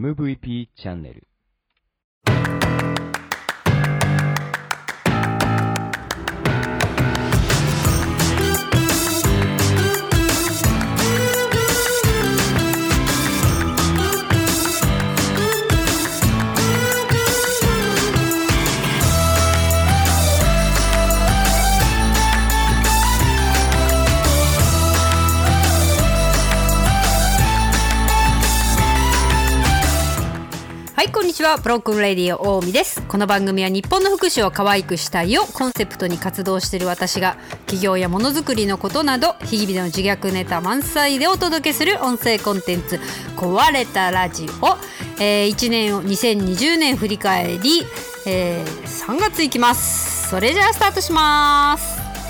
MVP チャンネル。 はい、こんにちは。ブロックンレディオ大海です。この番組は日本の福祉を可愛くしたいをコンセプトに活動している私が企業やものづくりのことなど日々の自虐ネタ満載でお届けする音声コンテンツ壊れたラジオ、1年を2020年振り返り、3月いきます。それじゃあスタートします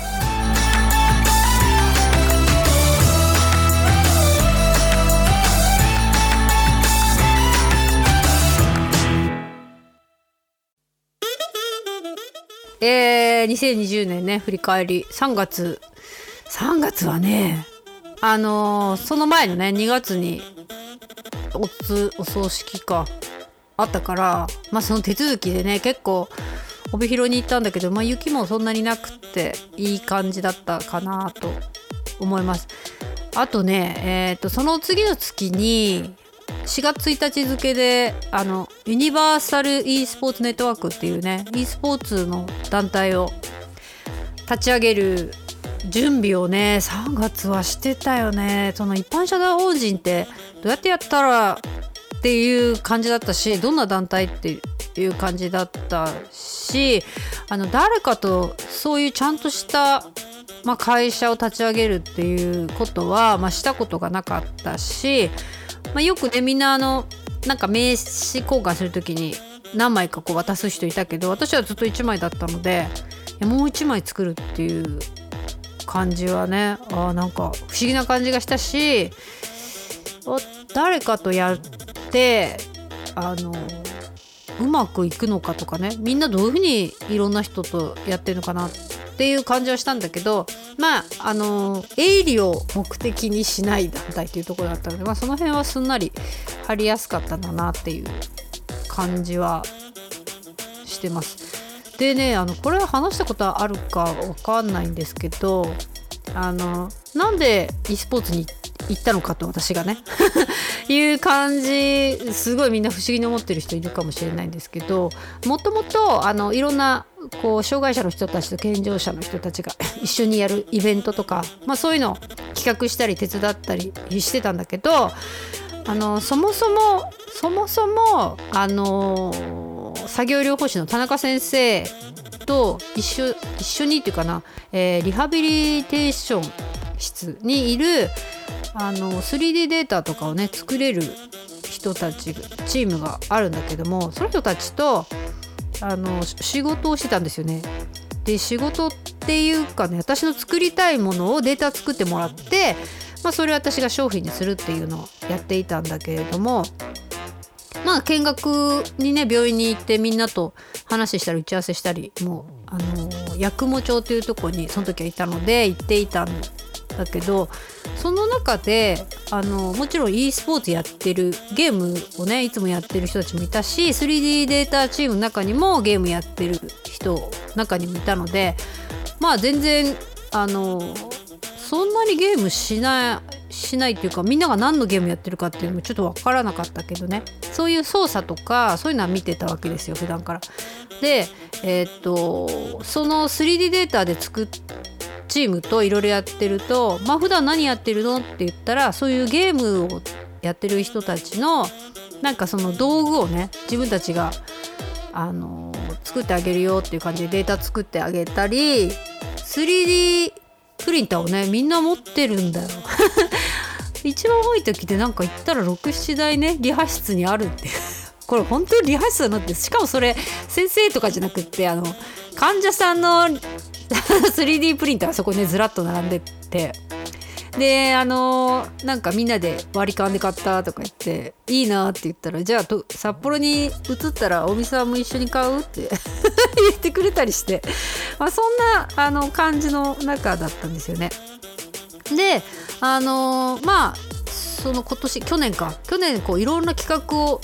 。2020年ね振り返り3月はねその前のね2月にお葬式かあったから、その手続きでね結構帯広に行ったんだけど、雪もそんなになくていい感じだったかなと思います。あとねその次の月に4月1日付でユニバーサル e スポーツネットワークっていうね e スポーツの団体を立ち上げる準備をね3月はしてたよね。その一般社団法人ってどうやってやったらっていう感じだったし、どんな団体っていう感じだったし、誰かとそういうちゃんとした会社を立ち上げるっていうことはしたことがなかったし、よくねみんななんか名刺交換するときに何枚か渡す人いたけど、私はずっと1枚だったので、もう1枚作るっていう感じはねなんか不思議な感じがしたし、誰かとやってうまくいくのかとかね、みんなどういうふうにいろんな人とやってるのかなっていう感じはしたんだけど、営利を目的にしない団体というところだったので、その辺はすんなり貼りやすかったんだなっていう感じはしてます。でねこれは話したことあるかわかんないんですけど、なんで e スポーツに行ったのかと私がねいう感じ、すごいみんな不思議に思ってる人いるかもしれないんですけど、もともといろんな障害者の人たちと健常者の人たちが一緒にやるイベントとか、そういうのを企画したり手伝ったりしてたんだけど、そもそも作業療法士の田中先生と一緒にっていうかな、リハビリテーション室にいる3D データとかをね作れる人たちチームがあるんだけども、その人たちと仕事をしてたんですよね。で仕事っていうかね、私の作りたいものをデータ作ってもらって、それを私が商品にするっていうのをやっていたんだけれども、見学にね病院に行ってみんなと話したり打ち合わせしたりも八雲町というところにその時はいたので行っていたんだけど、その中でもちろん e スポーツやってるゲームをねいつもやってる人たちもいたし、 3D データチームの中にもゲームやってる人中にもいたので、全然そんなにゲームしないっていうか、みんなが何のゲームやってるかっていうのもちょっと分からなかったけどね、そういう操作とかそういうのは見てたわけですよ普段から。でその 3D データで作っチームといろいろやってると、普段何やってるのって言ったら、そういうゲームをやってる人たちのなんかその道具をね自分たちが作ってあげるよっていう感じでデータ作ってあげたり、 3D プリンターをねみんな持ってるんだよ一番多い時でなんか行ったら 6,7 台ねリハ室にあるってこれ本当にリハ室だなって。しかもそれ先生とかじゃなくって患者さんの3D プリンターがそこにねずらっと並んでて、でなんかみんなで割り勘で買ったとか言っていいなって言ったら、じゃあ札幌に移ったらお店さんも一緒に買うって言ってくれたりして、そんな感じの中だったんですよね。でその去年いろんな企画を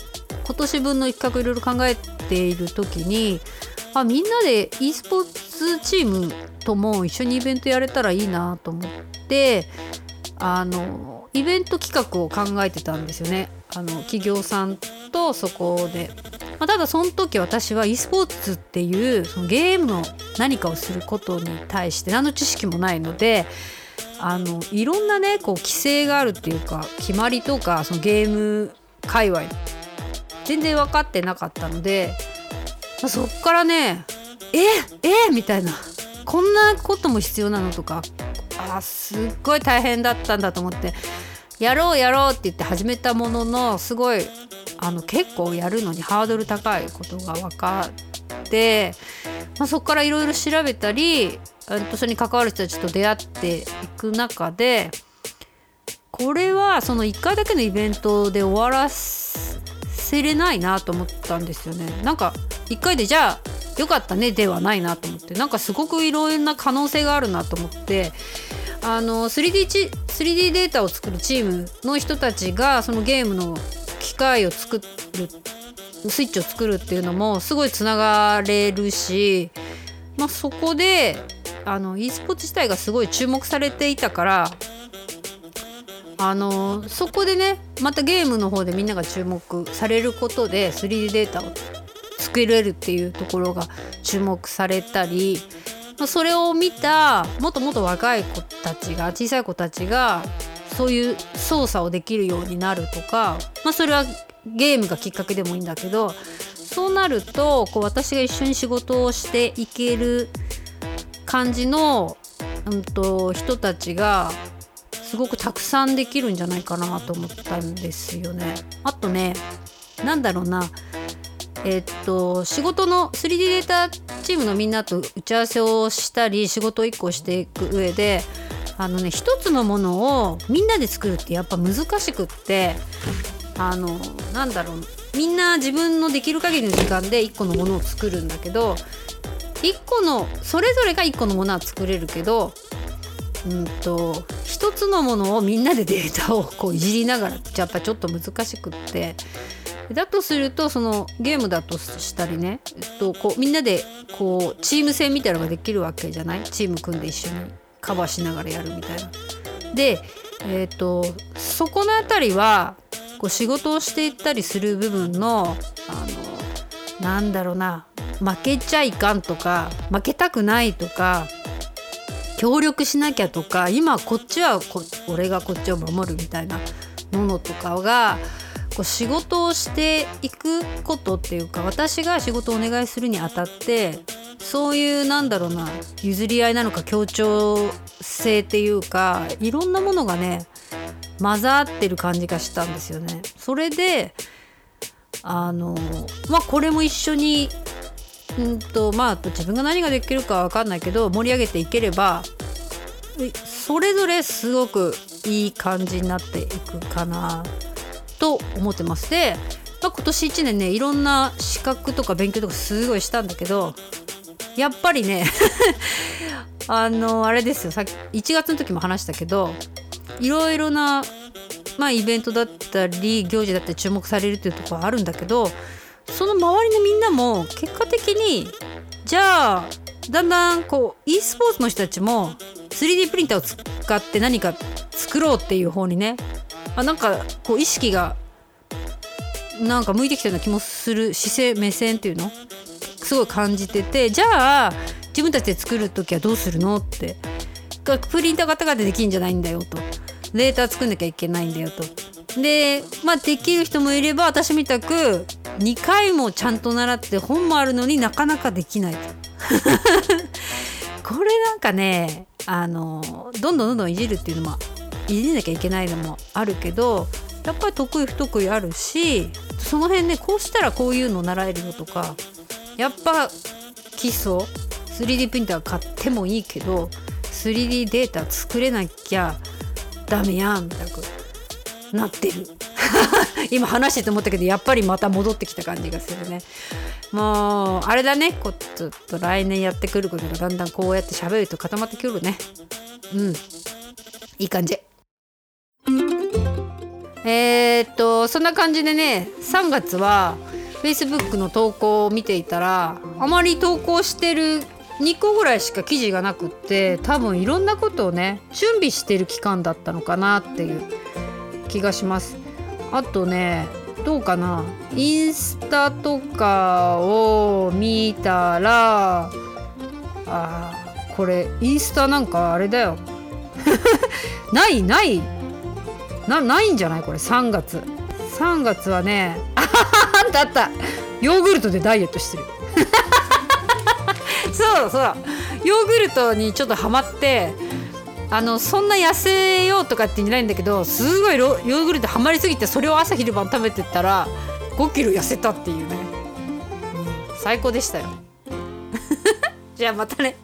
今年分の企画いろいろ考えている時にみんなで e スポーツチームとも一緒にイベントやれたらいいなと思ってイベント企画を考えてたんですよね。企業さんとそこで、ただその時私は e スポーツっていうそのゲームの何かをすることに対して何の知識もないのでいろんなねこう規制があるっていうか決まりとかそのゲーム界隈全然分かってなかったので、そっからねみたいな、こんなことも必要なのとかすっごい大変だったんだと思ってやろうって言って始めたものの、すごい結構やるのにハードル高いことが分かって、そこからいろいろ調べたりそれに関わる人たちと出会っていく中で、これはその1回だけのイベントで終わらせれないなと思ったんですよね。なんか1回でじゃあよかったねではないなと思って、なんかすごくいろんな可能性があるなと思って、3D データを作るチームの人たちがそのゲームの機械を作るスイッチを作るっていうのもすごいつながれるし、そこでe スポーツ自体がすごい注目されていたからそこでねまたゲームの方でみんなが注目されることで 3D データを作れるっていうところが注目されたり、それを見たもっと若い子たちが小さい子たちがそういう操作をできるようになるとか、それはゲームがきっかけでもいいんだけど、そうなるとこう私が一緒に仕事をしていける感じの、人たちがすごくたくさんできるんじゃないかなと思ったんですよね。あとね、仕事の 3D データチームのみんなと打ち合わせをしたり仕事を1個していく上で一つのものをみんなで作るってやっぱ難しくって、みんな自分のできる限りの時間で1個のものを作るんだけど、それぞれが1個のものは作れるけど一つのものをみんなでデータをこういじりながらやっぱちょっと難しくって、だとするとそのゲームだとしたりね、こうみんなでこうチーム戦みたいなのができるわけじゃない。チーム組んで一緒にカバーしながらやるみたいな。で、そこのあたりはこう仕事をしていったりする部分の負けちゃいかんとか負けたくないとか協力しなきゃとか、今こっちは俺がこっちを守るみたいなものとかがこう仕事をしていくことっていうか、私が仕事をお願いするにあたってそういう譲り合いなのか協調性っていうか、いろんなものがね混ざってる感じがしたんですよね。それでこれも一緒に自分が何ができるかは分かんないけど盛り上げていければそれぞれすごくいい感じになっていくかなと思ってます。で、今年1年ねいろんな資格とか勉強とかすごいしたんだけど、やっぱりねあれですよ、さっき1月の時も話したけど、いろいろなイベントだったり行事だったり注目されるっていうところはあるんだけど、その周りのみんなも結果的にじゃあだんだんこう e スポーツの人たちも 3D プリンターを使って何か作ろうっていう方にねこう意識が向いてきたような気もする、姿勢目線っていうのすごい感じてて、じゃあ自分たちで作るときはどうするのって、プリンター型でできるんじゃないんだよと、データ作んなきゃいけないんだよと。でできる人もいれば私みたく2回もちゃんと習って本もあるのになかなかできないとこれねどんどんいじるっていうのもいじんなきゃいけないのもあるけど、やっぱり得意不得意あるし、その辺ねこうしたらこういうの習えるよとか、やっぱ基礎 3D プリンター買ってもいいけど 3D データ作れなきゃダメやんみたいななってる今話してて思ったけど、やっぱりまた戻ってきた感じがするね。もうあれだね、ちょっと来年やってくることがだんだんこうやって喋ると固まってくるね。いい感じ。 そんな感じでね、3月は Facebook の投稿を見ていたら、あまり投稿してる2個ぐらいしか記事がなくって、多分いろんなことをね準備してる期間だったのかなっていう気がします。あとね、どうかな、インスタとかを見たら、これインスタなんかあれだよないんじゃないこれ。3月はねあったヨーグルトでダイエットしてるそうヨーグルトにちょっとハマって、そんな痩せようとかって言うんじゃないんだけど、すごいヨーグルトハマりすぎて、それを朝昼晩食べてったら5キロ痩せたっていうね、最高でしたよじゃあまたね。